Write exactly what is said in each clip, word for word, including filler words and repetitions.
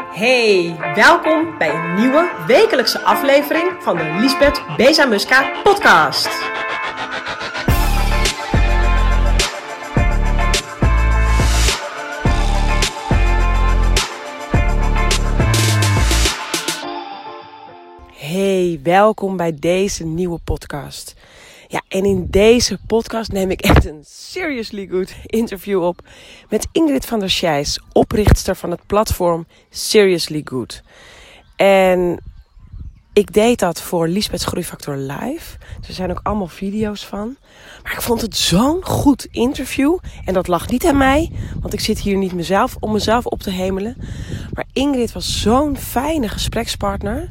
Hey, welkom bij een nieuwe wekelijkse aflevering van de Liesbeth Bezamuska podcast. Hey, welkom bij deze nieuwe podcast. Ja, en in deze podcast neem ik echt een seriously good interview op met Ingrid van der Scheijs, oprichtster van het platform Seriously Good. En ik deed dat voor Liesbeth's Groeifactor Live. Er zijn ook allemaal video's van. Maar ik vond het zo'n goed interview. En dat lag niet aan mij, want ik zit hier niet mezelf, om mezelf op te hemelen. Maar Ingrid was zo'n fijne gesprekspartner.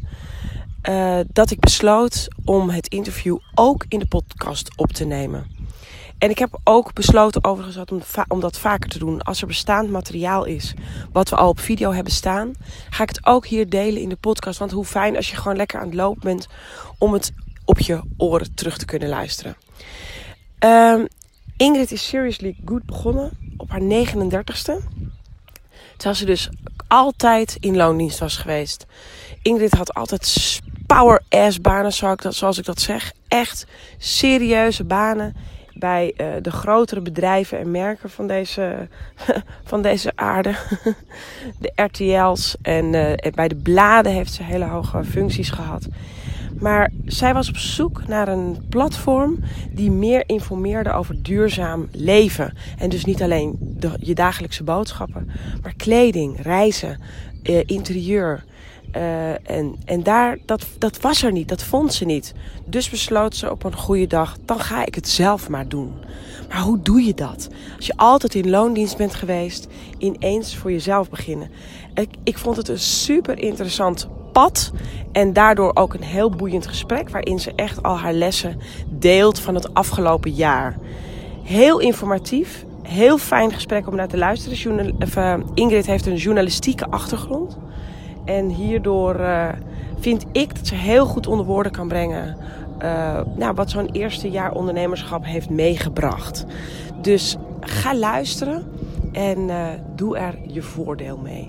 Uh, dat ik besloot om het interview ook in de podcast op te nemen. En ik heb ook besloten overigens om, va- om dat vaker te doen. Als er bestaand materiaal is wat we al op video hebben staan, ga ik het ook hier delen in de podcast. Want hoe fijn als je gewoon lekker aan het lopen bent om het op je oren terug te kunnen luisteren. Uh, Ingrid is Seriously Good begonnen op haar negenendertigste. Terwijl ze dus altijd in loondienst was geweest. Ingrid had altijd power-ass banen, zoals ik dat zeg. Echt serieuze banen bij uh, de grotere bedrijven en merken van deze, van deze aarde. De R T L's en, uh, en bij de bladen heeft ze hele hoge functies gehad. Maar zij was op zoek naar een platform die meer informeerde over duurzaam leven. En dus niet alleen de, je dagelijkse boodschappen, maar kleding, reizen, uh, interieur. Uh, en en daar, dat, dat was er niet, dat vond ze niet. Dus besloot ze op een goede dag, dan ga ik het zelf maar doen. Maar hoe doe je dat? Als je altijd in loondienst bent geweest, ineens voor jezelf beginnen. Ik, ik vond het een super interessant pad en daardoor ook een heel boeiend gesprek, waarin ze echt al haar lessen deelt van het afgelopen jaar. Heel informatief, heel fijn gesprek om naar te luisteren. Journal, of, uh, Ingrid heeft een journalistieke achtergrond. En hierdoor uh, vind ik dat ze heel goed onder woorden kan brengen uh, nou, wat zo'n eerste jaar ondernemerschap heeft meegebracht. Dus ga luisteren en uh, doe er je voordeel mee.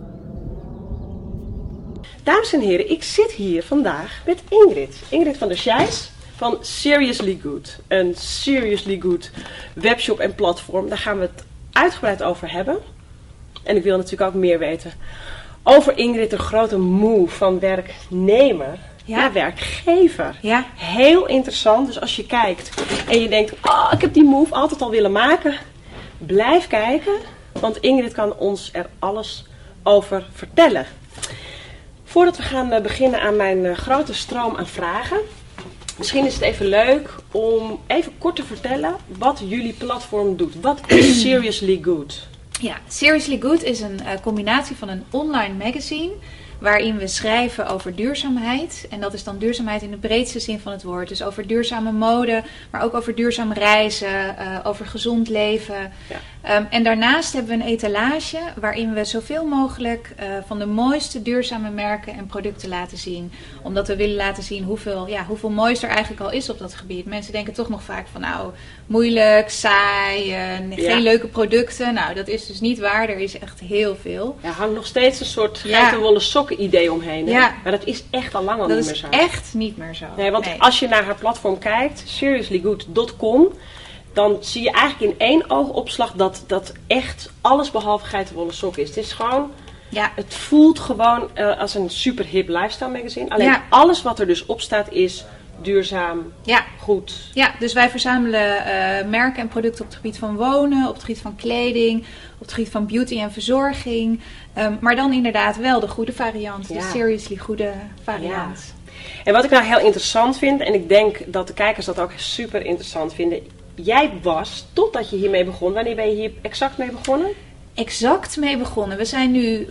Dames en heren, ik zit hier vandaag met Ingrid. Ingrid van der Scheijs van Seriously Good. Een Seriously Good webshop en platform. Daar gaan we het uitgebreid over hebben. En ik wil natuurlijk ook meer weten over Ingrid, de grote move van werknemer ja. naar werkgever. Ja. Heel interessant. Dus als je kijkt en je denkt, oh, ik heb die move altijd al willen maken. Blijf kijken, want Ingrid kan ons er alles over vertellen. Voordat we gaan beginnen aan mijn grote stroom aan vragen. Misschien is het even leuk om even kort te vertellen wat jullie platform doet. Wat is Seriously Good? Ja, Seriously Good is een uh, combinatie van een online magazine waarin we schrijven over duurzaamheid. En dat is dan duurzaamheid in de breedste zin van het woord. Dus over duurzame mode, maar ook over duurzaam reizen, uh, over gezond leven. Ja. Um, en daarnaast hebben we een etalage waarin we zoveel mogelijk uh, van de mooiste duurzame merken en producten laten zien. Omdat we willen laten zien hoeveel, ja, hoeveel moois er eigenlijk al is op dat gebied. Mensen denken toch nog vaak van nou, moeilijk, saai, uh, geen ja. leuke producten. Nou, dat is dus niet waar. Er is echt heel veel. Er hangt nog steeds een soort geitenwolle sokken idee omheen. Ja. Maar dat is echt al lang al dat niet meer zo. Dat is echt niet meer zo. Nee, want nee. als je naar haar platform kijkt, seriously good dot com, dan zie je eigenlijk in één oogopslag dat dat echt alles behalve geitenwolle sok is. Het is gewoon, ja. het voelt gewoon uh, als een super hip lifestyle magazine. Alleen ja. alles wat er dus op staat is duurzaam, ja. goed. Ja, dus wij verzamelen uh, merken en producten op het gebied van wonen, op het gebied van kleding, op het gebied van beauty en verzorging. Um, maar dan inderdaad wel de goede variant, ja. de seriously goede variant. Ja. En wat ik nou heel interessant vind, en ik denk dat de kijkers dat ook super interessant vinden. Jij was, totdat je hiermee begon, wanneer ben je hier exact mee begonnen? Exact mee begonnen. We zijn nu, uh,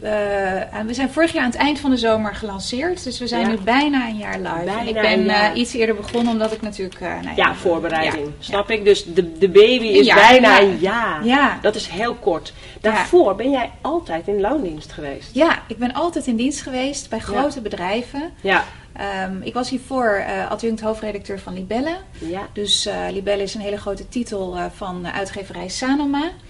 we zijn vorig jaar aan het eind van de zomer gelanceerd. Dus we zijn ja. nu bijna een jaar live. Bijna en ik ben uh, iets eerder begonnen omdat ik natuurlijk... Uh, nou, ja, voorbereiding. Ja. Snap ja. ik? Dus de, de baby is ja, bijna ja. een jaar. Ja. Dat is heel kort. Daarvoor ja. ben jij altijd in loondienst geweest? Ja, ik ben altijd in dienst geweest bij grote ja. bedrijven. Ja. Um, ik was hiervoor uh, adjunct hoofdredacteur van Libelle. Ja. Dus uh, Libelle is een hele grote titel uh, van uh, uitgeverij Sanoma.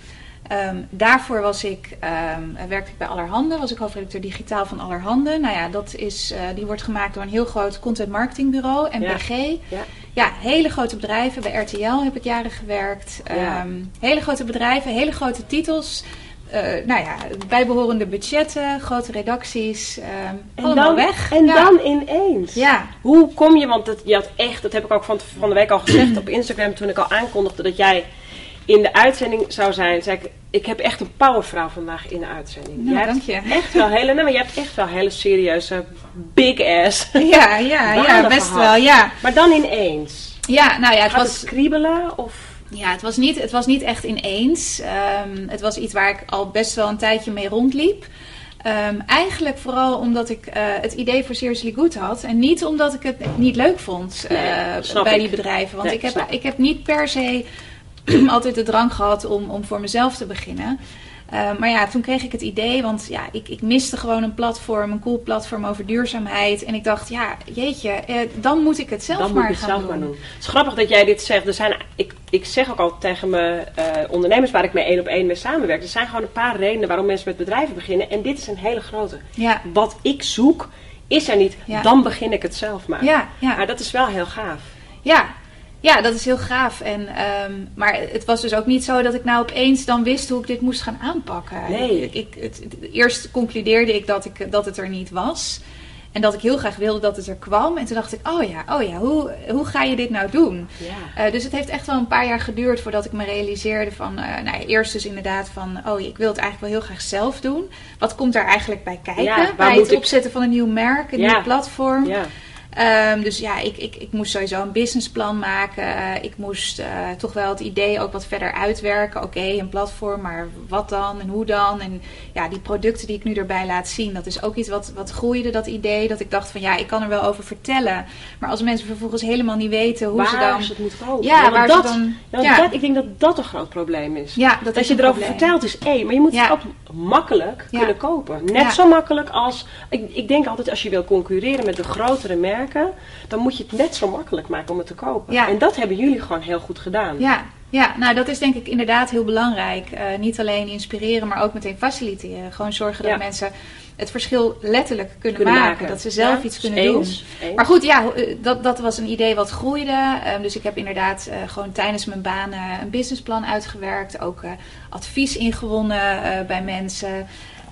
Um, daarvoor was ik, um, werkte ik bij Allerhande, was ik hoofdredacteur digitaal van Allerhande. Nou ja, dat is, uh, die wordt gemaakt door een heel groot content marketingbureau, M P G. Ja. Ja. ja, hele grote bedrijven. Bij R T L heb ik jaren gewerkt. Ja. Um, hele grote bedrijven, hele grote titels. Uh, nou ja, bijbehorende budgetten, grote redacties, um, en allemaal dan, weg. En ja. dan ineens. Ja. Hoe kom je, want dat, je had echt, dat heb ik ook van, van de week al gezegd op Instagram toen ik al aankondigde dat jij in de uitzending zou zijn. Zei ik, ik heb echt een powervrouw vandaag in de uitzending. Nou, jij dank je. Echt wel hele, nee, maar je hebt echt wel hele serieuze big ass. Ja, ja, ja, best gehad. wel, ja. Maar dan ineens. Ja, nou ja, het Gaat was het kriebelen of? Ja, het was niet, het was niet echt ineens. Um, het was iets waar ik al best wel een tijdje mee rondliep. Um, eigenlijk vooral omdat ik uh, het idee voor Seriously Good had. En niet omdat ik het niet leuk vond uh, nee, bij ik. die bedrijven. Want nee, ik, heb, ik. ik heb niet per se altijd de drang gehad om, om voor mezelf te beginnen. Uh, maar ja, toen kreeg ik het idee, want ja, ik, ik miste gewoon een platform, een cool platform over duurzaamheid. En ik dacht, ja, jeetje, eh, dan moet ik het zelf dan maar moet ik gaan zelf doen. Maar doen. Het is grappig dat jij dit zegt. Er zijn, ik, ik zeg ook al tegen mijn uh, ondernemers waar ik mee één op één mee samenwerk. Er zijn gewoon een paar redenen waarom mensen met bedrijven beginnen. En dit is een hele grote. Ja. Wat ik zoek, is er niet. Ja. Dan begin ik het zelf maar. Ja, ja. Maar dat is wel heel gaaf. Ja. Ja, dat is heel gaaf. En, um, maar het was dus ook niet zo dat ik nou opeens dan wist hoe ik dit moest gaan aanpakken. Nee. Ik, ik, het, het, eerst concludeerde ik dat, ik dat het er niet was. En dat ik heel graag wilde dat het er kwam. En toen dacht ik, oh ja, oh ja, hoe, hoe ga je dit nou doen? Ja. Uh, dus het heeft echt wel een paar jaar geduurd voordat ik me realiseerde van... Uh, nou ja, eerst dus inderdaad van, oh ik wil het eigenlijk wel heel graag zelf doen. Wat komt daar eigenlijk bij kijken? Ja, bij het ik... opzetten van een nieuw merk, een ja. nieuw platform. Ja. Um, dus ja, ik, ik, ik moest sowieso een businessplan maken. Uh, ik moest uh, toch wel het idee ook wat verder uitwerken. Oké, okay, een platform, maar wat dan en hoe dan? En ja, die producten die ik nu erbij laat zien, dat is ook iets wat, wat groeide, dat idee. Dat ik dacht van ja, ik kan er wel over vertellen. Maar als mensen vervolgens helemaal niet weten hoe waar ze dan... ze het moeten kopen. Ja, ja waar dat, ze dan... nou, ja. dat, ik denk dat dat een groot probleem is. Ja, dat, dat is je erover probleem. vertelt is één, maar je moet ja. het ook makkelijk ja. kunnen kopen. Net ja. zo makkelijk als... Ik, ik denk altijd als je wil concurreren met de grotere merken, dan moet je het net zo makkelijk maken om het te kopen. Ja. En dat hebben jullie gewoon heel goed gedaan. Ja, ja, nou dat is denk ik inderdaad heel belangrijk. Uh, niet alleen inspireren, maar ook meteen faciliteren. Gewoon zorgen dat ja. mensen het verschil letterlijk kunnen, kunnen maken. maken. Dat ze zelf ja, iets kunnen eens, doen. Eens. Maar goed, ja, dat, dat was een idee wat groeide. Um, dus ik heb inderdaad uh, gewoon tijdens mijn baan uh, een businessplan uitgewerkt. Ook uh, advies ingewonnen uh, bij mensen.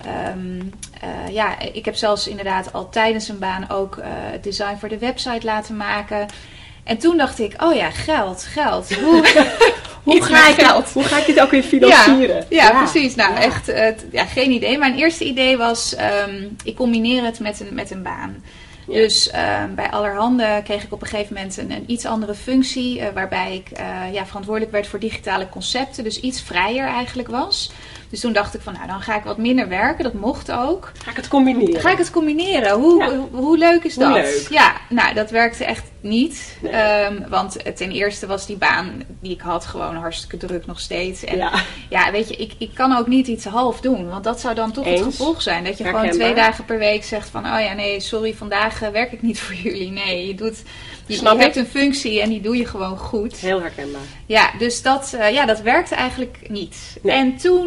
Um, uh, ja, ik heb zelfs inderdaad al tijdens een baan ook uh, het design voor de website laten maken. En toen dacht ik, oh ja, geld, geld. Hoe, hoe, ga, ik geld. hoe ga ik dit ook weer financieren? Ja, ja, ja. precies. Nou, ja. echt, uh, ja, geen idee. Mijn eerste idee was, um, ik combineer het met een, met een baan. Ja. Dus uh, bij Allerhande kreeg ik op een gegeven moment een, een iets andere functie. Uh, waarbij ik uh, ja, verantwoordelijk werd voor digitale concepten. Dus iets vrijer eigenlijk was. Dus toen dacht ik van, nou dan ga ik wat minder werken. Dat mocht ook. Ga ik het combineren? Ga ik het combineren? Hoe, ja. hoe, hoe leuk is hoe dat? Leuk. Ja, nou dat werkte echt niet. Nee. Um, want ten eerste was die baan die ik had gewoon hartstikke druk nog steeds. En ja, ja weet je, ik, ik kan ook niet iets half doen. Want dat zou dan toch Eens. het gevolg zijn. Dat je Herkenbaar. gewoon twee dagen per week zegt van, oh ja nee, sorry, vandaag uh, werk ik niet voor jullie. Nee, je doet... Je, je hebt een functie en die doe je gewoon goed. Heel herkenbaar. Ja, dus dat, uh, ja, dat werkte eigenlijk niet. Nee. En toen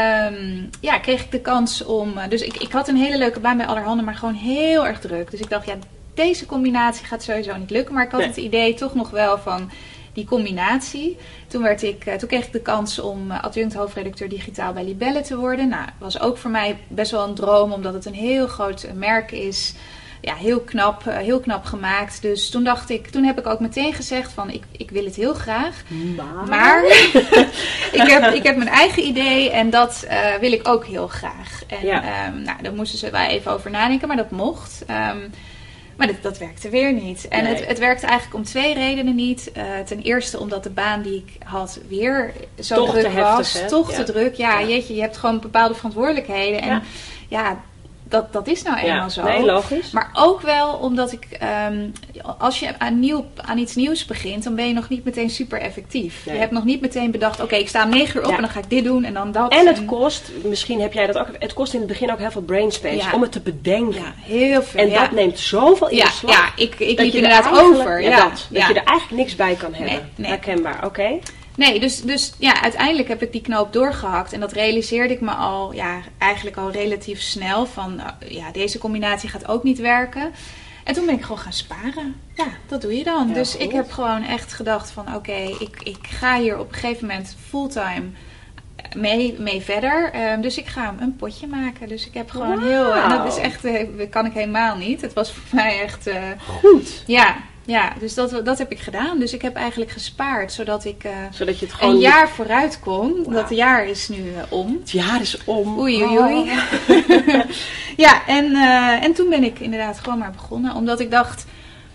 um, ja, kreeg ik de kans om... Uh, dus ik, ik had een hele leuke baan bij Allerhande, maar gewoon heel erg druk. Dus ik dacht, ja, deze combinatie gaat sowieso niet lukken. Maar ik had nee. het idee toch nog wel van die combinatie. Toen, werd ik, uh, toen kreeg ik de kans om uh, adjunct hoofdredacteur digitaal bij Libelle te worden. Nou, dat was ook voor mij best wel een droom, omdat het een heel groot merk is... Ja, heel knap, heel knap gemaakt. Dus toen dacht ik, toen heb ik ook meteen gezegd van ik, ik wil het heel graag. Maar, maar ik, heb, ik heb mijn eigen idee en dat uh, wil ik ook heel graag. En ja. um, nou, daar moesten ze wel even over nadenken, maar dat mocht. Um, maar dat, dat werkte weer niet. En nee. het, het werkte eigenlijk om twee redenen niet. Uh, ten eerste omdat de baan die ik had weer zo toch druk te was. Heftig, toch ja. te druk. Ja, ja, jeetje, je hebt gewoon bepaalde verantwoordelijkheden. En ja, ja Dat, dat is nou eenmaal ja, zo. Nee, logisch. Maar ook wel omdat ik... Um, als je aan, nieuw, aan iets nieuws begint... dan ben je nog niet meteen super effectief. Nee. Je hebt nog niet meteen bedacht... oké, okay, ik sta om negen uur op ja. en dan ga ik dit doen en dan dat. En het en... kost... Misschien heb jij dat ook... Het kost in het begin ook heel veel brainspace... Ja. om het te bedenken. Ja, heel veel. En ja. dat neemt zoveel in ja, de slag. Ja, ik, ik liep inderdaad over. Ja, ja. dat. Dat ja. je er eigenlijk niks bij kan hebben. Nee, nee. Herkenbaar, oké. Okay. Nee, dus, dus ja, uiteindelijk heb ik die knoop doorgehakt. En dat realiseerde ik me al, ja, eigenlijk al relatief snel. Van, uh, ja, deze combinatie gaat ook niet werken. En toen ben ik gewoon gaan sparen. Ja, dat doe je dan. Ja, dus goed. ik heb gewoon echt gedacht van, oké, okay, ik, ik ga hier op een gegeven moment fulltime mee, mee verder. Um, dus ik ga een potje maken. Dus ik heb gewoon Wow. heel... En dat is echt, uh, kan ik helemaal niet. Het was voor mij echt... Uh, Goed. Ja, ja, dus dat, dat heb ik gedaan. Dus ik heb eigenlijk gespaard, zodat ik uh, Zodat je het gewoon een jaar vooruit kon. Wow. Dat jaar is nu uh, om. Het jaar is om. Oei, oei, oei. Oh. Ja, en, uh, en toen ben ik inderdaad gewoon maar begonnen. Omdat ik dacht,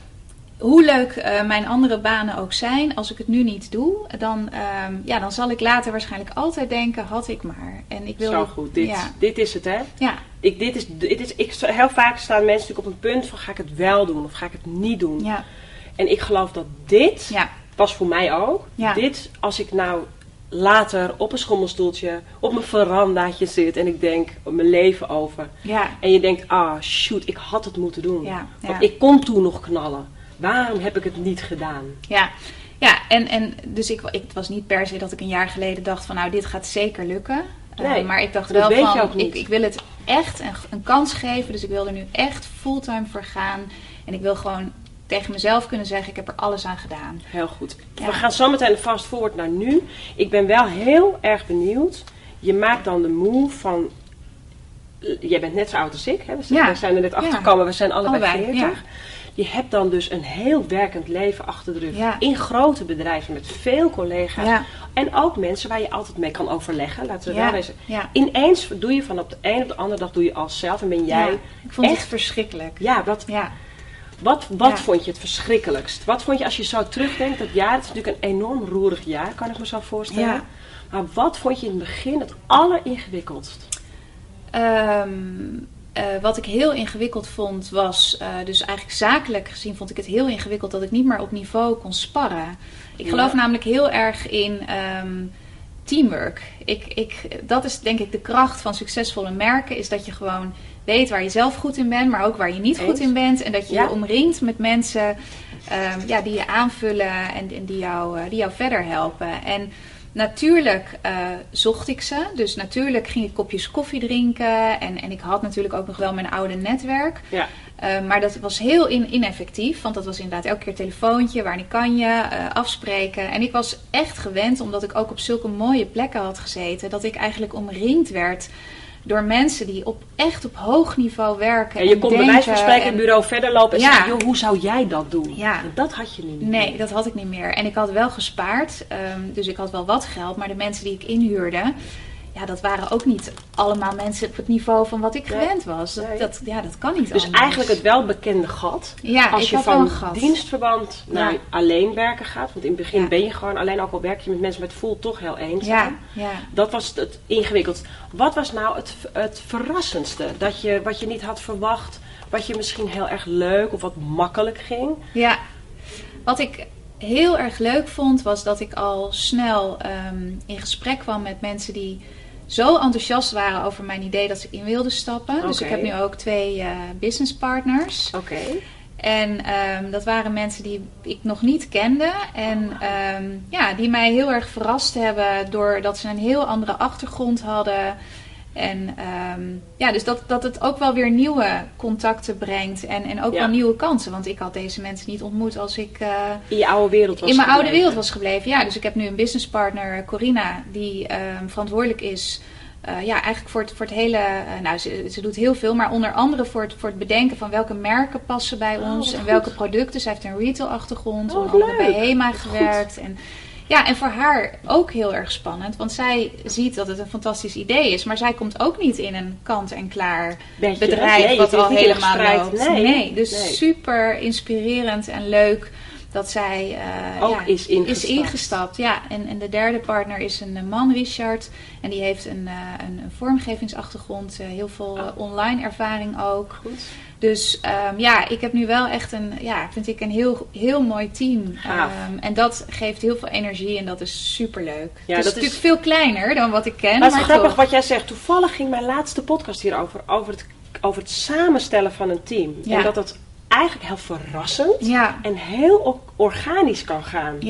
hoe leuk uh, mijn andere banen ook zijn, als ik het nu niet doe, dan, um, ja, dan zal ik later waarschijnlijk altijd denken, had ik maar. En ik wil Zo goed, dit, ja. dit is het, hè? Ja. Ik, dit is, dit is, ik, heel vaak staan mensen natuurlijk op een punt van, ga ik het wel doen of ga ik het niet doen? Ja. En ik geloof dat dit, Ja. was voor mij ook, Ja. dit, als ik nou later op een schommelstoeltje, op mijn verandaatje zit en ik denk mijn leven over. Ja. En je denkt, ah shoot, ik had het moeten doen. Ja. Ja. Want ik kon toen nog knallen. Waarom heb ik het niet gedaan? Ja, ja en, en dus ik, ik, het was niet per se dat ik een jaar geleden dacht van nou dit gaat zeker lukken. Nee, uh, maar ik dacht dat wel weet van je ook niet. ik, ik wil het echt een, een kans geven. Dus ik wil er nu echt fulltime voor gaan. En ik wil gewoon tegen mezelf kunnen zeggen ik heb er alles aan gedaan. Heel goed. Ja. We gaan zo meteen fast forward naar nu. Ik ben wel heel erg benieuwd. Je maakt dan de move van... Jij bent net zo oud als ik. Hè? We, zijn, Ja. we zijn er net achter Ja. gekomen. We zijn allebei, Allebei, veertig. Je hebt dan dus een heel werkend leven achter de rug. Ja. In grote bedrijven met veel collega's. Ja. En ook mensen waar je altijd mee kan overleggen. Laten we Ja. wel wezen. Ja. Ineens doe je van op de een op de andere dag doe je alles zelf. En ben jij... Ja. Ik vond echt- het verschrikkelijk. Ja, wat, Ja. wat, wat Ja. vond je het verschrikkelijkst? Wat vond je als je zo terugdenkt? Dat jaar, het is natuurlijk een enorm roerig jaar, kan ik me zo voorstellen. Ja. Maar wat vond je in het begin het alleringewikkeldst? Um, uh, wat ik heel ingewikkeld vond was, uh, dus eigenlijk zakelijk gezien vond ik het heel ingewikkeld dat ik niet meer op niveau kon sparren. Ik Ja. geloof namelijk heel erg in um, teamwork. Ik, ik, dat is denk ik de kracht van succesvolle merken, is dat je gewoon weet waar je zelf goed in bent, maar ook waar je niet Eens. goed in bent. En dat je Ja. je omringt met mensen um, ja, die je aanvullen en, en die, jou, uh, die jou verder helpen. En natuurlijk uh, zocht ik ze. Dus natuurlijk ging ik kopjes koffie drinken. En, en ik had natuurlijk ook nog wel mijn oude netwerk. Ja. Uh, maar dat was heel in, ineffectief. Want dat was inderdaad elke keer telefoontje. Wanneer kan je? Uh, afspreken. En ik was echt gewend, omdat ik ook op zulke mooie plekken had gezeten, dat ik eigenlijk omringd werd door mensen die op, echt op hoog niveau werken. En je en kon bij denken wijze van spreken in en- het bureau verder lopen en Ja. zeggen, joh, hoe zou jij dat doen? Ja. En dat had je nu niet. Nee, meer. dat had ik niet meer. En ik had wel gespaard. Um, dus ik had wel wat geld. Maar de mensen die ik inhuurde, ja, dat waren ook niet allemaal mensen op het niveau van wat ik Nee. gewend was. Dat, Nee. dat, ja, dat kan niet Dus anders. eigenlijk het welbekende gat. Ja, Als ik je had wel van een gat. dienstverband naar Ja. alleen werken gaat. Want in het begin Ja. ben je gewoon alleen, ook al werk je met mensen met voel toch heel eenzaam. Ja, ja. Dat was het ingewikkeldst. Wat was nou het, het verrassendste? Dat je, wat je niet had verwacht, wat je misschien heel erg leuk of wat makkelijk ging? Ja, wat ik heel erg leuk vond, was dat ik al snel um, in gesprek kwam met mensen die zo enthousiast waren over mijn idee dat ze in wilden stappen. Dus Oké. ik heb nu ook twee uh, business partners. Oké. En um, dat waren mensen die ik nog niet kende. En um, ja, die mij heel erg verrast hebben doordat ze een heel andere achtergrond hadden. En um, ja, dus dat, dat het ook wel weer nieuwe contacten brengt. En, en ook Ja. wel nieuwe kansen. Want ik had deze mensen niet ontmoet als ik uh, In je oude wereld was in mijn oude gebleven. wereld was gebleven. Ja, dus ik heb nu een businesspartner, Corina, die um, verantwoordelijk is. Uh, ja, eigenlijk voor het, voor het hele... Uh, nou, ze, ze doet heel veel, maar onder andere voor het, voor het bedenken van welke merken passen bij Oh, ons. wat En goed. welke producten. Zij heeft een retail achtergrond, Oh, onder andere bij leuk. HEMA Wat goed. gewerkt. En, ja, en voor haar ook heel erg spannend. Want zij ziet dat het een fantastisch idee is. Maar zij komt ook niet in een kant-en-klaar Beetje, bedrijf nee, wat het is al niet helemaal verspreid. loopt. Nee. dus Nee. super inspirerend en leuk dat zij uh, Ook ja, is ingestapt. is ingestapt. Ja, en, en de derde partner is een uh, man, Richard. En die heeft een, uh, een, een vormgevingsachtergrond. Uh, heel veel uh, online ervaring ook. Goed. Dus um, ja, ik heb nu wel echt een, ja, vind ik een heel, heel mooi team. Gaaf. Um, en dat geeft heel veel energie en dat is superleuk. Ja, het is dat is- natuurlijk veel kleiner dan wat ik ken. Maar het is maar grappig toch. wat jij zegt. Toevallig ging mijn laatste podcast hierover. Over het, over het samenstellen van een team. Ja. En dat dat eigenlijk heel verrassend Ja, en heel o- organisch kan gaan. ja,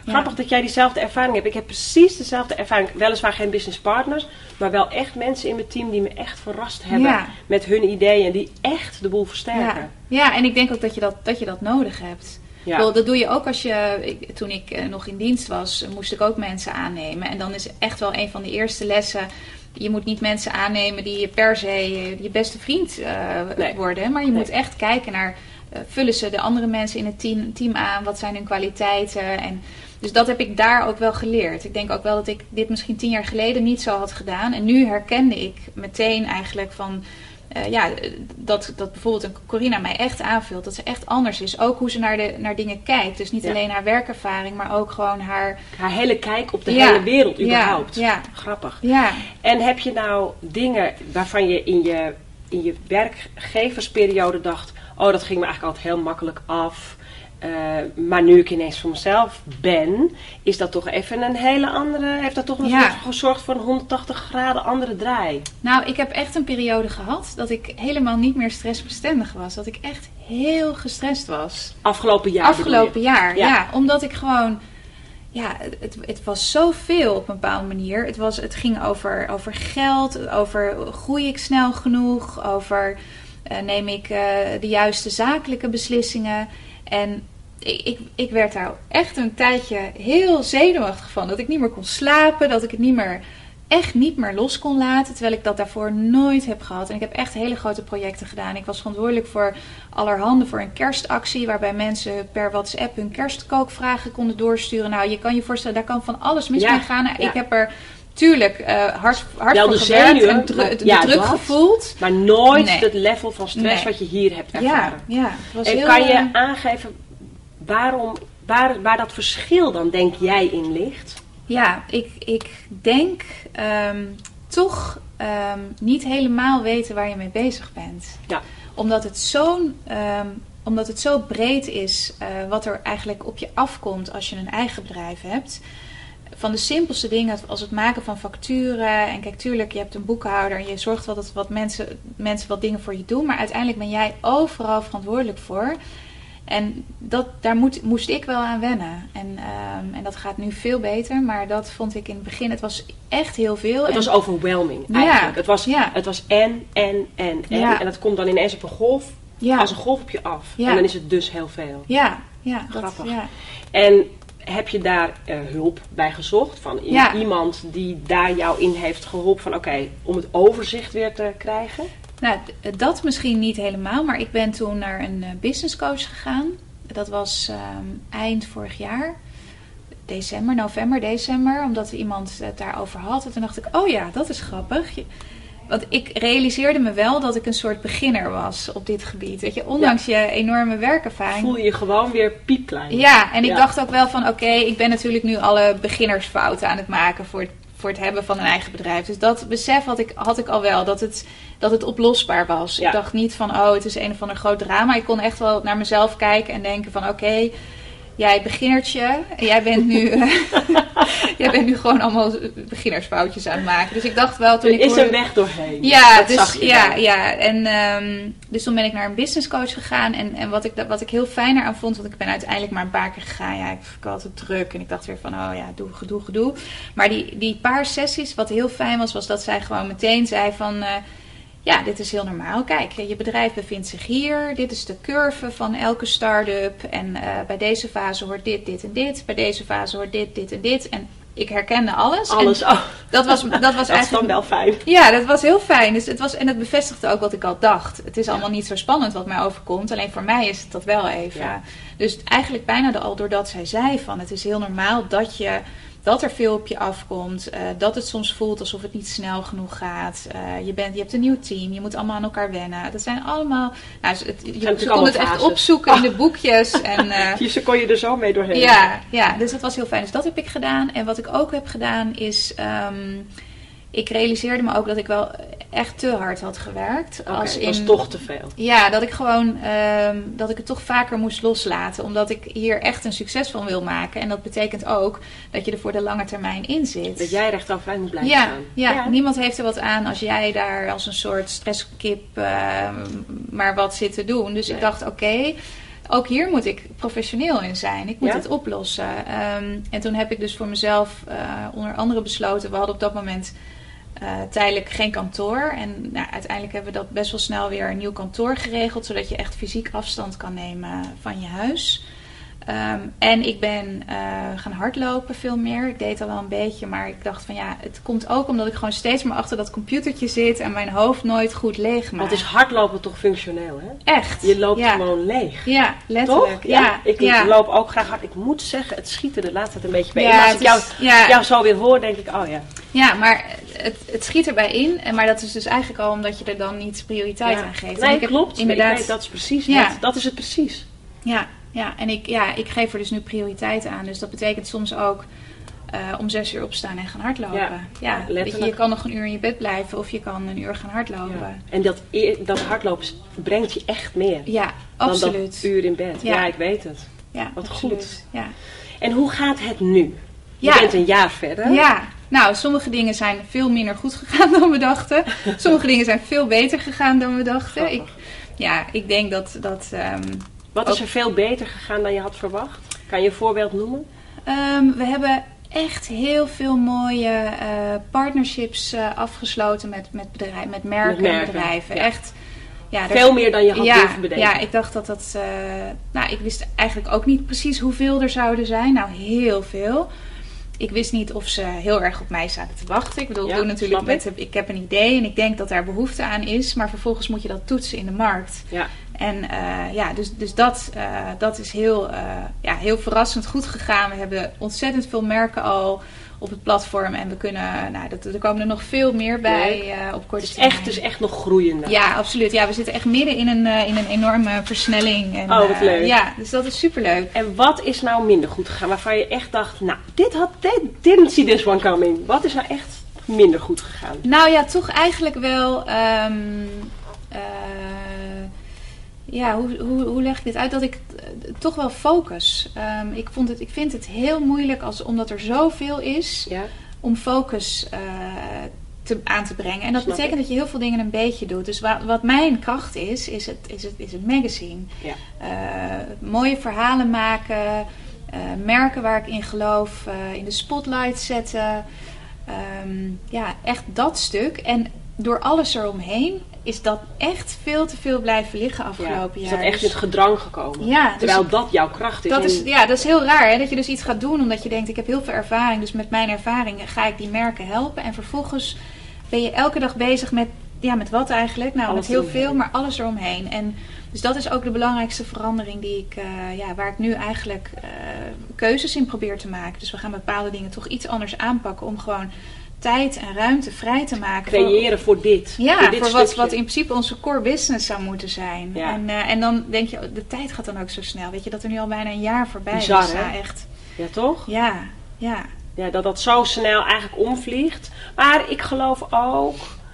Grappig dat jij diezelfde ervaring hebt. Ik heb precies dezelfde ervaring. Weliswaar geen business partners, maar wel echt mensen in mijn team die me echt verrast hebben ja. met hun ideeën. En die echt de boel versterken. Ja, ja en ik denk ook dat je dat, dat, je dat nodig hebt. Ja. Wel, dat doe je ook als je... Ik, toen ik uh, nog in dienst was, moest ik ook mensen aannemen. En dan is echt wel een van de eerste lessen... Je moet niet mensen aannemen die per se je beste vriend uh, nee. worden. Maar je nee. moet echt kijken naar... Uh, vullen ze de andere mensen in het team, team aan? Wat zijn hun kwaliteiten? En dus dat heb ik daar ook wel geleerd. Ik denk ook wel dat ik dit misschien tien jaar geleden niet zo had gedaan. En nu herkende ik meteen eigenlijk van... Uh, ja, dat, dat bijvoorbeeld een Corina mij echt aanvult. Dat ze echt anders is. Ook hoe ze naar, de, naar dingen kijkt. Dus niet ja. alleen haar werkervaring, maar ook gewoon haar... Haar hele kijk op de ja. hele wereld überhaupt. Ja. Ja. Grappig. Ja. En heb je nou dingen waarvan je in je, in je werkgeversperiode dacht... Oh, dat ging me eigenlijk altijd heel makkelijk af. Uh, maar nu ik ineens voor mezelf ben, is dat toch even een hele andere... Heeft dat toch nog ja. gezorgd voor een honderdtachtig graden andere draai? Nou, ik heb echt een periode gehad dat ik helemaal niet meer stressbestendig was. Dat ik echt heel gestrest was. Afgelopen jaar? Afgelopen jaar, ja. ja. Omdat ik gewoon... Ja, het, het was zoveel op een bepaalde manier. Het, was, het ging over, over geld, over groei ik snel genoeg, over... Uh, neem ik uh, de juiste zakelijke beslissingen. En ik, ik, ik werd daar echt een tijdje heel zenuwachtig van. Dat ik niet meer kon slapen. Dat ik het niet meer, echt niet meer los kon laten. Terwijl ik dat daarvoor nooit heb gehad. En ik heb echt hele grote projecten gedaan. Ik was verantwoordelijk voor allerhande voor een kerstactie. Waarbij mensen per WhatsApp hun kerstkookvragen konden doorsturen. Nou, je kan je voorstellen, daar kan van alles mis ja, mee gaan. Nou, ja. Ik heb er... Tuurlijk, uh, hard, hard voor gewerkt en dru- de ja, druk gevoeld. Maar nooit nee. het level van stress nee. wat je hier hebt ervaren. Ja, ja, het was en heel, kan je aangeven waarom, waar, waar dat verschil dan, denk jij, in ligt? Ja, ik, ik denk um, toch um, niet helemaal weten waar je mee bezig bent. Ja. Omdat het zo'n... Um, omdat het zo breed is uh, wat er eigenlijk op je afkomt als je een eigen bedrijf hebt... Van de simpelste dingen als het maken van facturen. En kijk, tuurlijk, je hebt een boekhouder en je zorgt wel dat wat mensen, mensen wat dingen voor je doen. Maar uiteindelijk ben jij overal verantwoordelijk voor. En dat, daar moet, moest ik wel aan wennen. En, um, en dat gaat nu veel beter. Maar dat vond ik in het begin, het was echt heel veel. Het en, was overwhelming eigenlijk. Ja, het, was, ja. het was en, en, en, en. Ja. En dat komt dan ineens op een golf, ja. als een golf op je af. Ja. En dan is het dus heel veel. Ja, ja. Grappig. Dat, ja. En... Heb je daar uh, hulp bij gezocht? Van i- ja. iemand die daar jou in heeft geholpen van oké, okay, om het overzicht weer te krijgen? Nou, d- dat misschien niet helemaal, maar ik ben toen naar een uh, business coach gegaan. Dat was um, eind vorig jaar. December, november, december. Omdat iemand het daarover had. En toen dacht ik, oh ja, dat is grappig. Je, Want ik realiseerde me wel dat ik een soort beginner was op dit gebied. Weet je, ondanks ja. je enorme werkervaring. Voel je je gewoon weer piepklein. Ja, en ik ja. dacht ook wel van oké, okay, ik ben natuurlijk nu alle beginnersfouten aan het maken voor het, voor het hebben van een eigen bedrijf. Dus dat besef had ik, had ik al wel, dat het, dat het oplosbaar was. Ja. Ik dacht niet van oh, het is een of ander groot drama. Ik kon echt wel naar mezelf kijken en denken van oké, okay, jij beginnertje. En jij bent nu, jij bent nu gewoon allemaal beginnersfoutjes aan het maken. Dus ik dacht wel toen er ik is hoorde, een weg doorheen. Ja, dat dus zag je ja, dan. ja. En um, dus toen ben ik naar een business coach gegaan. En, en wat ik wat ik heel fijn aan vond, want ik ben uiteindelijk maar een paar keer gegaan. Ja, ik, ik had het druk en ik dacht weer van oh ja, doe gedoe, gedoe. Maar die, die paar sessies, wat heel fijn was, was dat zij gewoon meteen zei van uh, ja, dit is heel normaal. Kijk, je bedrijf bevindt zich hier. Dit is de curve van elke start-up. En uh, bij deze fase hoort dit, dit en dit. Bij deze fase hoort dit, dit en dit. En ik herkende alles. Alles, en oh. Dat was, dat was dat eigenlijk... is dan wel fijn. Ja, dat was heel fijn. Dus het was, en het bevestigde ook wat ik al dacht. Het is allemaal niet zo spannend wat mij overkomt. Alleen voor mij is het dat wel even. Ja. Dus eigenlijk bijna al doordat zij zei van... Het is heel normaal dat je... Dat er veel op je afkomt. Uh, dat het soms voelt alsof het niet snel genoeg gaat. Uh, je, bent, je hebt een nieuw team. Je moet allemaal aan elkaar wennen. Dat zijn allemaal... Nou, het, je, je kon het echt opzoeken oh. in de boekjes. En, uh, dus kon je er zo mee doorheen. Ja, ja, dus dat was heel fijn. Dus dat heb ik gedaan. En wat ik ook heb gedaan is... Um, ik realiseerde me ook dat ik wel echt te hard had gewerkt. Oké, okay, dat was toch te veel. Ja, dat ik gewoon um, dat ik het toch vaker moest loslaten. Omdat ik hier echt een succes van wil maken. En dat betekent ook dat je er voor de lange termijn in zit. Dat jij recht overeind moet blijven ja, staan. Ja, ja, niemand heeft er wat aan als jij daar als een soort stresskip uh, maar wat zit te doen. Dus nee. ik dacht oké, okay, ook hier moet ik professioneel in zijn. Ik moet Ja? het oplossen. Um, en toen heb ik dus voor mezelf uh, onder andere besloten... We hadden op dat moment uh, tijdelijk geen kantoor. En nou, uiteindelijk hebben we dat best wel snel weer een nieuw kantoor geregeld. Zodat je echt fysiek afstand kan nemen van je huis. Um, en ik ben uh, gaan hardlopen veel meer. Ik deed al wel een beetje, maar ik dacht van ja, het komt ook omdat ik gewoon steeds maar achter dat computertje zit en mijn hoofd nooit goed leeg maakt. Want is hardlopen toch functioneel, hè? Echt. Je loopt ja. gewoon leeg. Ja, letterlijk. Toch? Ja. Ja. Ik ja. loop ook graag hard. Ik moet zeggen, het schiet er de laatste tijd een beetje bij ja, in. Maar als ik jou, is, ja. jou zo weer hoor, denk ik, oh ja. Ja, maar het, het schiet erbij in. En maar dat is dus eigenlijk al omdat je er dan niet prioriteit ja. aan geeft. Nee, ik heb klopt. Inderdaad. Weet, dat is precies. Ja. Dat, dat is het precies. Ja. Ja, en ik, ja, ik geef er dus nu prioriteit aan. Dus dat betekent soms ook uh, om zes uur opstaan en gaan hardlopen. Ja, ja, weet je, je kan nog een uur in je bed blijven of je kan een uur gaan hardlopen. Ja. En dat, dat hardlopen brengt je echt meer. Ja, absoluut. Dan dat uur in bed. Ja, ja ik weet het. Ja, wat absoluut. goed. Ja. En hoe gaat het nu? Je ja. bent een jaar verder. Ja, nou, sommige dingen zijn veel minder goed gegaan dan we dachten. Sommige dingen zijn veel beter gegaan dan we dachten. Ik, ja, ik denk dat... dat um, Wat is er veel beter gegaan dan je had verwacht? Kan je een voorbeeld noemen? Um, we hebben echt heel veel mooie uh, partnerships uh, afgesloten met, met, bedrijf, met merken met merken. en bedrijven. Ja. Echt, ja, veel meer dan je had ja, durven bedenken. Ja, ik dacht dat dat... Uh, nou, ik wist eigenlijk ook niet precies hoeveel er zouden zijn. Nou, heel veel. Ik wist niet of ze heel erg op mij zaten te wachten. Ik bedoel, ja, ik doe natuurlijk met... Ik. ik heb een idee en ik denk dat daar behoefte aan is. Maar vervolgens moet je dat toetsen in de markt. Ja. En uh, ja, dus, dus dat, uh, dat is heel, uh, ja, heel verrassend goed gegaan. We hebben ontzettend veel merken al op het platform. En we kunnen, nou, dat, er komen er nog veel meer bij uh, op korte termijn. Het is echt, echt nog groeiende. Ja, absoluut. Ja, we zitten echt midden in een, uh, in een enorme versnelling. En, oh, wat leuk. Uh, ja, dus dat is superleuk. En wat is nou minder goed gegaan? Waarvan je echt dacht, nou, dit had, dit, didn't see this one coming. Wat is nou echt minder goed gegaan? Nou ja, toch eigenlijk wel... Um, uh, Ja, hoe, hoe, hoe leg ik dit uit? Dat ik uh, toch wel focus. Um, ik, vond het, ik vind het heel moeilijk, als, omdat er zoveel is, ja. om focus uh, te, aan te brengen. En dat Snap betekent ik. dat je heel veel dingen een beetje doet. Dus wa, wat mijn kracht is, is het, is het, is het magazine. Ja. Uh, mooie verhalen maken, uh, merken waar ik in geloof, uh, in de spotlight zetten. Um, ja, echt dat stuk. En door alles eromheen is dat echt veel te veel blijven liggen afgelopen ja, jaar. Is dat echt in het gedrang gekomen? Ja, terwijl dus dat jouw kracht is. Dat is ja, dat is heel raar. Hè? Dat je dus iets gaat doen omdat je denkt, ik heb heel veel ervaring. Dus met mijn ervaring ga ik die merken helpen. En vervolgens ben je elke dag bezig met, ja, met wat eigenlijk? Nou, alles met heel eromheen. veel, maar alles eromheen. En dus dat is ook de belangrijkste verandering die ik, uh, ja, waar ik nu eigenlijk uh, keuzes in probeer te maken. Dus we gaan bepaalde dingen toch iets anders aanpakken om gewoon tijd en ruimte vrij te maken. Creëren voor, voor dit. Ja, voor, dit voor wat, wat in principe onze core business zou moeten zijn. Ja. En, uh, en dan denk je, de tijd gaat dan ook zo snel. Weet je, dat er nu al bijna een jaar voorbij Bizar, is. Ja, echt. Ja, toch? Ja, ja. Ja, dat dat zo snel eigenlijk omvliegt. Maar ik geloof ook...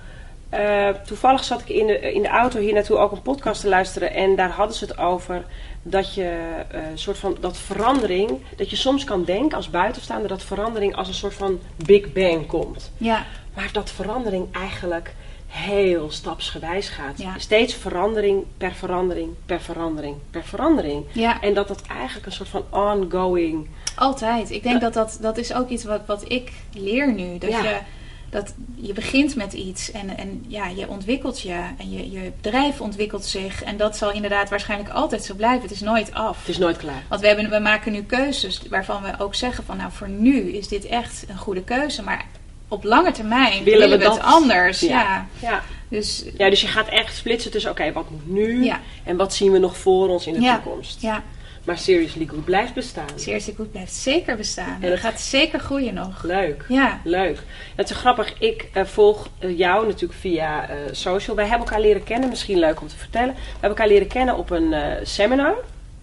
Uh, toevallig zat ik in de, in de auto hier naartoe ook een podcast te luisteren. En daar hadden ze het over dat je uh, soort van dat verandering, dat je soms kan denken als buitenstaander dat verandering als een soort van Big Bang komt. Ja. Maar dat verandering eigenlijk heel stapsgewijs gaat. Ja. Steeds verandering per verandering per verandering per verandering. Ja. En dat dat eigenlijk een soort van ongoing... Altijd. Ik denk dat dat, dat, dat is ook iets wat, wat ik leer nu. Dat ja. je... Dat je begint met iets en, en ja, je ontwikkelt je en je, je bedrijf ontwikkelt zich. En dat zal inderdaad waarschijnlijk altijd zo blijven. Het is nooit af. Het is nooit klaar. Want we, hebben, we maken nu keuzes waarvan we ook zeggen van nou voor nu is dit echt een goede keuze. Maar op lange termijn willen, willen we, we het anders. Ja. Ja. Ja. Dus, ja, dus je gaat echt splitsen tussen oké, okay, wat moet nu ja. en wat zien we nog voor ons in de ja. toekomst. Ja. Maar Seriously Good blijft bestaan. Seriously Good blijft zeker bestaan. En het gaat zeker groeien nog. Leuk. Ja. Leuk. Het is grappig. Ik uh, volg uh, jou natuurlijk via uh, social. Wij hebben elkaar leren kennen. Misschien leuk om te vertellen. We hebben elkaar leren kennen op een uh, seminar.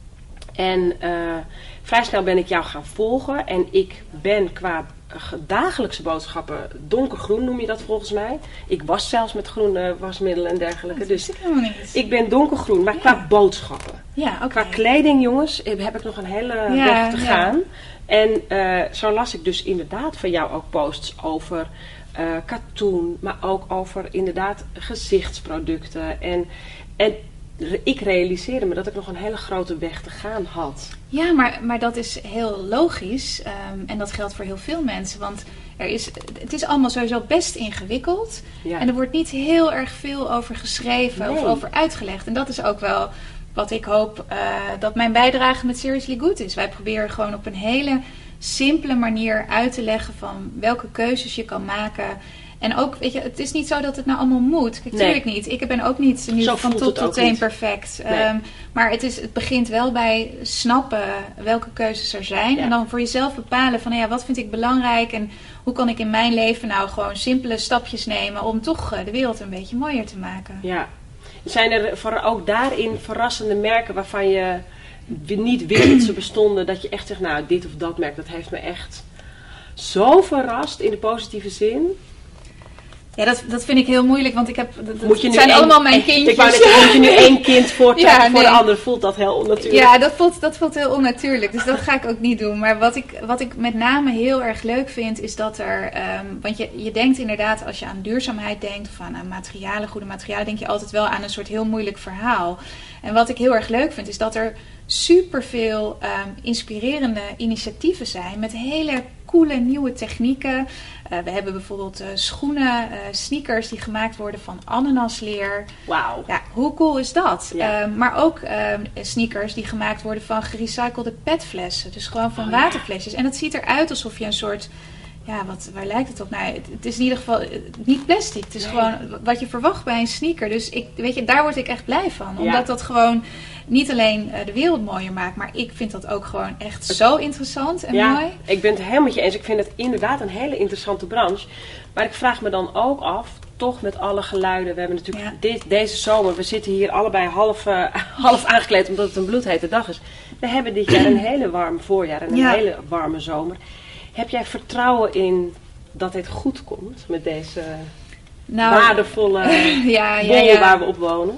En uh, vrij snel ben ik jou gaan volgen. En ik ben qua dagelijkse boodschappen donkergroen noem je dat volgens mij. Ik was zelfs met groene wasmiddelen en dergelijke. Dat dus ik, helemaal niet. ik ben donkergroen. Maar ja. qua boodschappen. Ja, okay. Qua kleding, jongens, heb ik nog een hele ja, weg te ja. gaan. En uh, zo las ik dus inderdaad van jou ook posts over uh, katoen, maar ook over inderdaad gezichtsproducten. En, en ik realiseerde me dat ik nog een hele grote weg te gaan had. Ja, maar, maar dat is heel logisch. Um, en dat geldt voor heel veel mensen. Want er is, het is allemaal sowieso best ingewikkeld. Ja. En er wordt niet heel erg veel over geschreven nee. of over uitgelegd. En dat is ook wel wat ik hoop uh, dat mijn bijdrage met Seriously Good is. Wij proberen gewoon op een hele simpele manier uit te leggen van welke keuzes je kan maken. En ook, weet je, het is niet zo dat het nou allemaal moet. Kijk, natuurlijk nee. niet. Ik ben ook niet nu zo van top tot teen perfect. Nee. Um, maar het, is, het begint wel bij snappen welke keuzes er zijn. Ja. En dan voor jezelf bepalen van, nou ja, wat vind ik belangrijk? En hoe kan ik in mijn leven nou gewoon simpele stapjes nemen om toch uh, de wereld een beetje mooier te maken? Ja. Zijn er voor, ook daarin verrassende merken waarvan je niet wist dat ze bestonden? Dat je echt zegt, nou, dit of dat merk, dat heeft me echt zo verrast in de positieve zin. Ja, dat, dat vind ik heel moeilijk, want ik heb, dat, moet je het zijn één, allemaal mijn kindjes. Ik wou net, moet je nu één kind voortrekken ja, nee. voor de ander, voelt dat heel onnatuurlijk. Ja, dat voelt, dat voelt heel onnatuurlijk, dus dat ga ik ook niet doen. Maar wat ik, wat ik met name heel erg leuk vind, is dat er, um, want je, je denkt inderdaad, als je aan duurzaamheid denkt, of aan, aan materialen, goede materialen, denk je altijd wel aan een soort heel moeilijk verhaal. En wat ik heel erg leuk vind, is dat er superveel um, inspirerende initiatieven zijn met hele coole nieuwe technieken. Uh, we hebben bijvoorbeeld uh, schoenen, uh, sneakers die gemaakt worden van ananasleer. Wauw. Ja, hoe cool is dat? Ja. Uh, maar ook uh, sneakers die gemaakt worden van gerecyclede petflessen. Dus gewoon van oh, waterflesjes. Ja. En het ziet eruit alsof je een soort... Ja, wat, waar lijkt het op? Nou, het, het is in ieder geval niet plastic. Het is nee. gewoon wat je verwacht bij een sneaker. Dus ik, weet je, daar word ik echt blij van. Omdat ja. dat gewoon niet alleen uh, de wereld mooier maakt. Maar ik vind dat ook gewoon echt zo interessant en ja, mooi. Ik ben het helemaal met je eens. Ik vind het inderdaad een hele interessante branche. Maar ik vraag me dan ook af, toch met alle geluiden. We hebben natuurlijk ja. dit, deze zomer, we zitten hier allebei half, uh, half aangekleed omdat het een bloedhete dag is. We hebben dit jaar een hele warm voorjaar en een ja. hele warme zomer. Heb jij vertrouwen in dat dit goed komt met deze nou, waardevolle ja, ja, bol ja. waar we op wonen?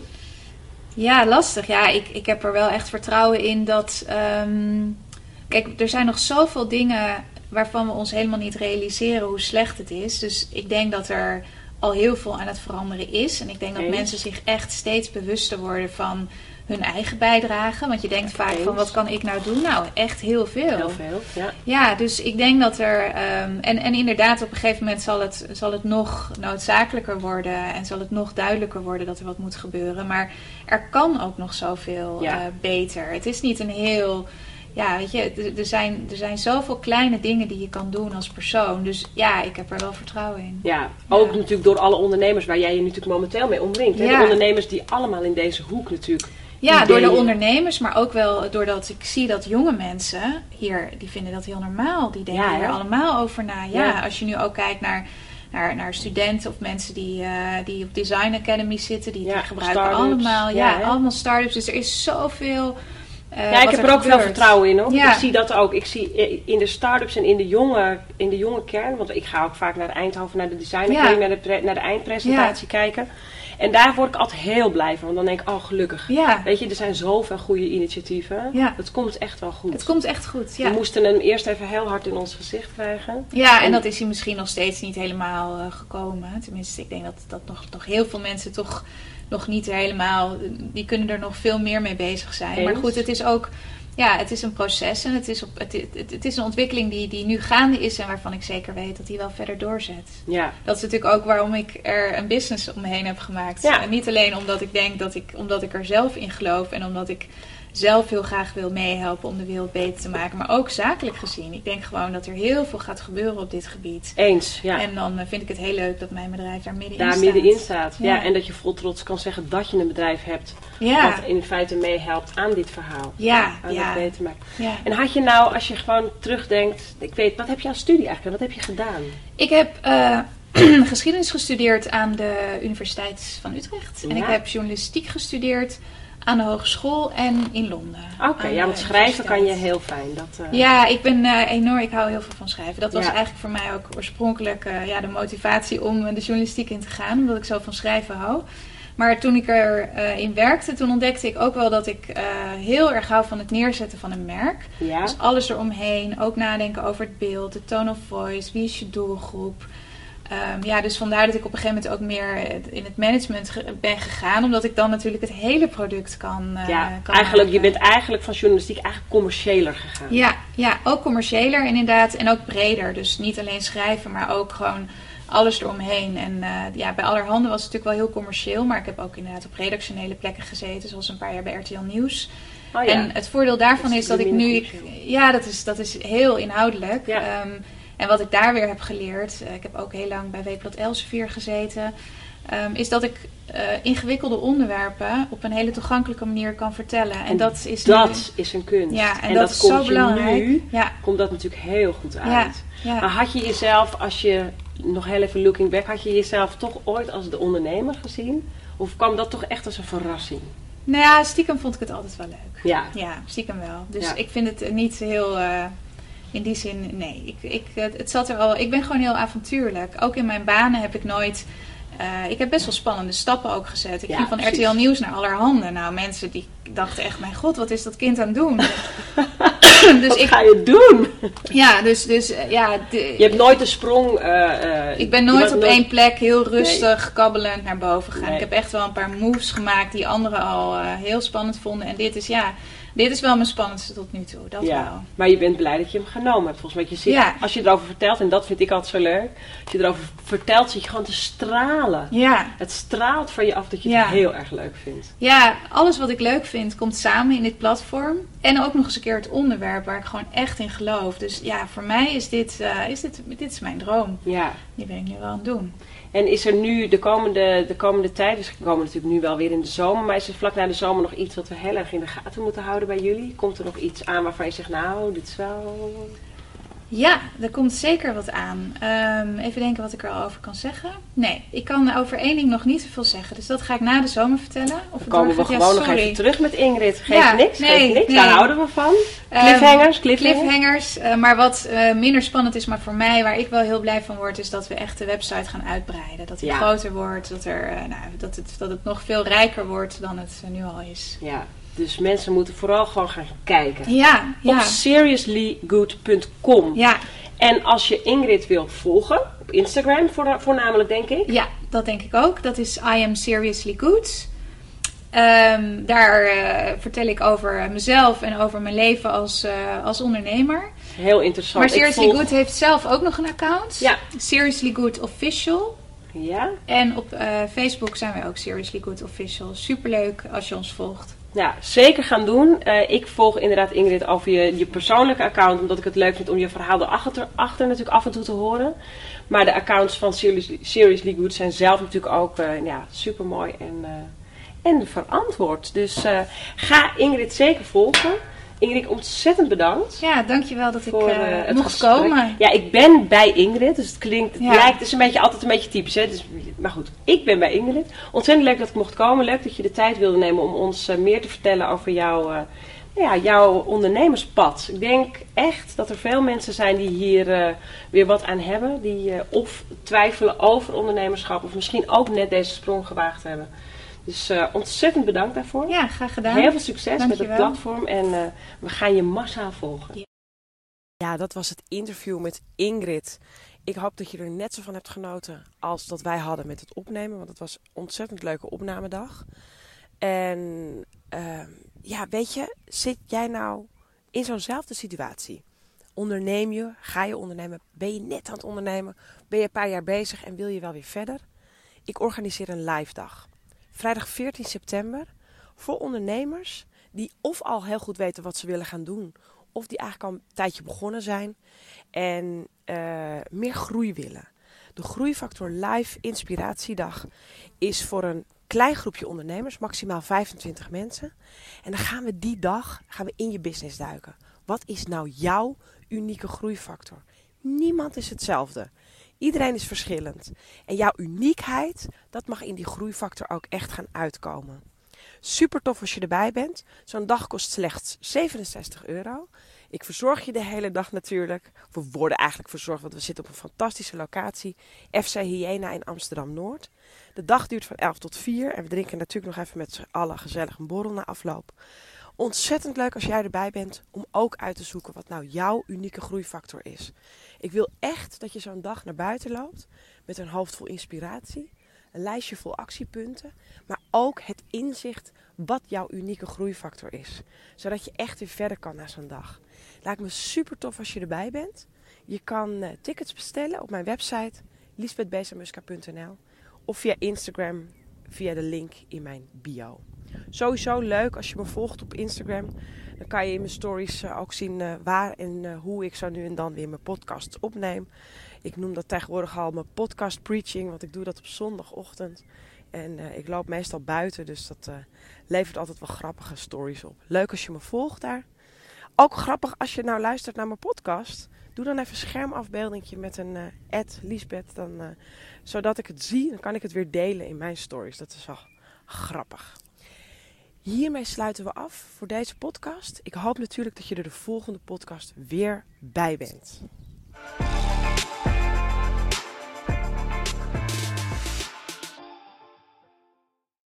Ja, lastig. Ja, ik, ik heb er wel echt vertrouwen in dat... Um, kijk, er zijn nog zoveel dingen waarvan we ons helemaal niet realiseren hoe slecht het is. Dus ik denk dat er al heel veel aan het veranderen is. En ik denk dat Eens. mensen zich echt steeds bewuster worden van hun eigen bijdrage. Want je denkt vaak Eens. van, wat kan ik nou doen? Nou, echt heel veel. Heel veel, ja. Ja, dus ik denk dat er... Um, en, en inderdaad, op een gegeven moment zal het, zal het nog noodzakelijker worden. En zal het nog duidelijker worden dat er wat moet gebeuren. Maar er kan ook nog zoveel ja. uh, beter. Het is niet een heel... Ja, weet je, er zijn, er zijn zoveel kleine dingen die je kan doen als persoon. Dus ja, ik heb er wel vertrouwen in. Ja, ook ja. natuurlijk door alle ondernemers waar jij je natuurlijk momenteel mee omringt. Ja. De ondernemers die allemaal in deze hoek natuurlijk... Ja, door de ondernemers, maar ook wel doordat ik zie dat jonge mensen hier, die vinden dat heel normaal. Die denken ja, er allemaal over na. Ja, ja, als je nu ook kijkt naar... Naar, naar studenten of mensen die, uh, die op Design Academy zitten. Die, ja, die gebruiken start-ups. allemaal. Ja, ja allemaal start-ups. Dus er is zoveel... Uh, ja, ik heb er, er ook gebeurt. veel vertrouwen in hoor. Ja. Ik zie dat ook. Ik zie in de start-ups en in de jonge, in de jonge kern. Want ik ga ook vaak naar Eindhoven, naar de Design Academy, ja. naar, de pre, naar de eindpresentatie ja. kijken. En daar word ik altijd heel blij van. Want dan denk ik, oh gelukkig. Ja. Weet je, er zijn zoveel goede initiatieven. Ja. Het komt echt wel goed. Het komt echt goed, ja. We moesten hem eerst even heel hard in ons gezicht krijgen. Ja, en, en dat is hij misschien nog steeds niet helemaal uh, gekomen. Tenminste, ik denk dat, dat nog, nog heel veel mensen toch nog niet helemaal... Die kunnen er nog veel meer mee bezig zijn. Eens. Maar goed, het is ook... Ja, het is een proces en het is, op, het, het, het is een ontwikkeling die, die nu gaande is en waarvan ik zeker weet dat die wel verder doorzet. Ja. Dat is natuurlijk ook waarom ik er een business omheen heb gemaakt. Ja. En niet alleen omdat ik denk dat ik, omdat ik er zelf in geloof en omdat ik zelf heel graag wil meehelpen om de wereld beter te maken, maar ook zakelijk gezien. Ik denk gewoon dat er heel veel gaat gebeuren op dit gebied. Eens, ja. En dan vind ik het heel leuk dat mijn bedrijf daar middenin daar staat. Daar middenin staat, ja. ja. En dat je vol trots kan zeggen dat je een bedrijf hebt ja. wat in feite meehelpt aan dit verhaal. Ja, aan ja. het beter maken. Ja. En had je nou, als je gewoon terugdenkt, ik weet, wat heb je als studie eigenlijk, wat heb je gedaan? Ik heb uh, geschiedenis gestudeerd aan de Universiteit van Utrecht. Ja. En ik heb journalistiek gestudeerd aan de hogeschool en in Londen. Oké, okay, ja, want schrijven kan je heel fijn. Dat, uh... Ja, ik ben uh, enorm, ik hou heel veel van schrijven. Dat was ja. eigenlijk voor mij ook oorspronkelijk uh, ja, de motivatie om de journalistiek in te gaan. Omdat ik zo van schrijven hou. Maar toen ik erin uh, in werkte, toen ontdekte ik ook wel dat ik uh, heel erg hou van het neerzetten van een merk. Ja. Dus alles eromheen, ook nadenken over het beeld, de tone of voice, wie is je doelgroep. Um, ja, dus vandaar dat ik op een gegeven moment ook meer in het management ge- ben gegaan. Omdat ik dan natuurlijk het hele product kan uh, Ja, kan eigenlijk, maken. je bent eigenlijk van journalistiek eigenlijk commerciëler gegaan. Ja, ja, ook commerciëler inderdaad. En ook breder. Dus niet alleen schrijven, maar ook gewoon alles eromheen. En uh, ja, bij Allerhande was het natuurlijk wel heel commercieel. Maar ik heb ook inderdaad op redactionele plekken gezeten. Zoals een paar jaar bij R T L Nieuws. Oh, ja. En het voordeel daarvan dat is, is dat ik nu... Ik, commercieel. ja, dat is, dat is heel inhoudelijk. Ja. Um, en wat ik daar weer heb geleerd... Uh, ik heb ook heel lang bij Weekblad Elsevier gezeten... Um, is dat ik uh, ingewikkelde onderwerpen op een hele toegankelijke manier kan vertellen. En, en dat is dat nu, is een kunst. Ja, en, en dat, dat is komt zo belangrijk. Nu, ja. komt dat natuurlijk heel goed uit. Ja, ja. Maar had je jezelf, als je nog heel even looking back, had je jezelf toch ooit als de ondernemer gezien? Of kwam dat toch echt als een verrassing? Nou ja, stiekem vond ik het altijd wel leuk. Ja. Ja, stiekem wel. Dus Ja. ik vind het niet heel... Uh, in die zin, nee. Ik, ik, het, het zat er al... Ik ben gewoon heel avontuurlijk. Ook in mijn banen heb ik nooit... Uh, ik heb best wel spannende stappen ook gezet. Ik ja, ging van precies. R T L Nieuws naar Allerhande. Nou, mensen die dachten echt... Mijn god, wat is dat kind aan het doen? dus wat ik, ga je doen? Ja, dus... dus uh, ja, de, je hebt nooit de sprong... Uh, uh, ik ben nooit op nooit... één plek heel rustig, nee. kabbelend naar boven gegaan. Nee. Ik heb echt wel een paar moves gemaakt die anderen al uh, heel spannend vonden. En dit is ja... Dit is wel mijn spannendste tot nu toe, dat ja, wel. Maar je bent blij dat je hem genomen hebt. Volgens mij, je zit, ja. Als je erover vertelt, en dat vind ik altijd zo leuk. Als je erover vertelt, zit je gewoon te stralen. Ja. Het straalt van je af dat je ja. het heel erg leuk vindt. Ja, alles wat ik leuk vind komt samen in dit platform. En ook nog eens een keer het onderwerp waar ik gewoon echt in geloof. Dus ja, voor mij is dit, uh, is dit, dit is mijn droom. Ja. Die ben ik nu wel aan het doen. En is er nu de komende, de komende tijd, dus we komen natuurlijk nu wel weer in de zomer, maar is er vlak na de zomer nog iets wat we heel erg in de gaten moeten houden bij jullie? Komt er nog iets aan waarvan je zegt, nou, dit is wel... Ja, er komt zeker wat aan. Um, even denken wat ik er al over kan zeggen. Nee, ik kan over één ding nog niet zoveel zeggen. Dus dat ga ik na de zomer vertellen. Of Dan komen we gewoon ja, nog even terug met Ingrid. Geef ja, niks, nee, geef niks. Nee. Daar houden we van. Cliffhangers, cliffhangers. Cliffhangers. Uh, maar wat uh, minder spannend is, maar voor mij, waar ik wel heel blij van word, is dat we echt de website gaan uitbreiden. Dat die ja. groter wordt, dat, er, uh, nou, dat, het, dat het nog veel rijker wordt dan het uh, nu al is. Ja. Dus mensen moeten vooral gewoon gaan kijken. Ja, ja. Op seriously good punt com. Ja. En als je Ingrid wil volgen, op Instagram voornamelijk denk ik. Ja, dat denk ik ook. Dat is I am seriously good. Um, daar uh, vertel ik over mezelf en over mijn leven als, uh, als ondernemer. Heel interessant. Maar Seriously volg... Good heeft zelf ook nog een account. Ja. Seriously Good Official. Ja. En op uh, Facebook zijn wij ook Seriously Good Official. Superleuk als je ons volgt. Ja, zeker gaan doen. Uh, ik volg inderdaad Ingrid over je, je persoonlijke account. Omdat ik het leuk vind om je verhaal erachter achter natuurlijk af en toe te horen. Maar de accounts van Seriously, Seriously Good zijn zelf natuurlijk ook uh, ja, super mooi en, uh, en verantwoord. Dus uh, ga Ingrid zeker volgen. Ingrid, ontzettend bedankt. Ja, dankjewel dat voor, ik uh, het mocht gesprek. komen. Ja, ik ben bij Ingrid, dus het klinkt, het ja. lijkt, het is een beetje, altijd een beetje typisch, hè? Dus, maar goed, ik ben bij Ingrid. Ontzettend leuk dat ik mocht komen. Leuk dat je de tijd wilde nemen om ons uh, meer te vertellen over jouw, uh, ja, jouw ondernemerspad. Ik denk echt dat er veel mensen zijn die hier uh, weer wat aan hebben. Die uh, of twijfelen over ondernemerschap of misschien ook net deze sprong gewaagd hebben. Dus uh, ontzettend bedankt daarvoor. Ja, graag gedaan. Heel veel succes Dank met het platform en uh, we gaan je massaal volgen. Ja. ja, dat was het interview met Ingrid. Ik hoop dat je er net zo van hebt genoten als dat wij hadden met het opnemen. Want het was een ontzettend leuke opnamedag. En uh, ja, weet je, zit jij nou in zo'nzelfde situatie? Onderneem je? Ga je ondernemen? Ben je net aan het ondernemen? Ben je een paar jaar bezig en wil je wel weer verder? Ik organiseer een live dag. Vrijdag veertien september voor ondernemers die of al heel goed weten wat ze willen gaan doen. Of die eigenlijk al een tijdje begonnen zijn en uh, meer groei willen. De Groeifactor Live Inspiratiedag is voor een klein groepje ondernemers, maximaal vijfentwintig mensen. En dan gaan we die dag gaan we in je business duiken. Wat is nou jouw unieke groeifactor? Niemand is hetzelfde. Iedereen is verschillend. En jouw uniekheid, dat mag in die groeifactor ook echt gaan uitkomen. Super tof als je erbij bent. Zo'n dag kost slechts zevenenzestig euro. Ik verzorg je de hele dag natuurlijk. We worden eigenlijk verzorgd, want we zitten op een fantastische locatie. F C Hyena in Amsterdam-Noord. De dag duurt van elf tot vier. En we drinken natuurlijk nog even met z'n allen gezellig een borrel na afloop. Ontzettend leuk als jij erbij bent om ook uit te zoeken wat nou jouw unieke groeifactor is. Ik wil echt dat je zo'n dag naar buiten loopt met een hoofd vol inspiratie, een lijstje vol actiepunten, maar ook het inzicht wat jouw unieke groeifactor is. Zodat je echt weer verder kan na zo'n dag. Lijkt me super tof als je erbij bent. Je kan uh, tickets bestellen op mijn website liesbeth besamuska punt n l of via Instagram via de link in mijn bio. Sowieso leuk als je me volgt op Instagram. Dan kan je in mijn stories uh, ook zien uh, waar en uh, hoe ik zo nu en dan weer mijn podcast opneem. Ik noem dat tegenwoordig al mijn podcast preaching, want ik doe dat op zondagochtend. En uh, ik loop meestal buiten, dus dat uh, levert altijd wel grappige stories op. Leuk als je me volgt daar. Ook grappig als je nou luistert naar mijn podcast. Doe dan even een schermafbeeldingje met een uh, at Liesbeth. Dan, uh, zodat ik het zie, dan kan ik het weer delen in mijn stories. Dat is wel grappig. Hiermee sluiten we af voor deze podcast. Ik hoop natuurlijk dat je er de volgende podcast weer bij bent.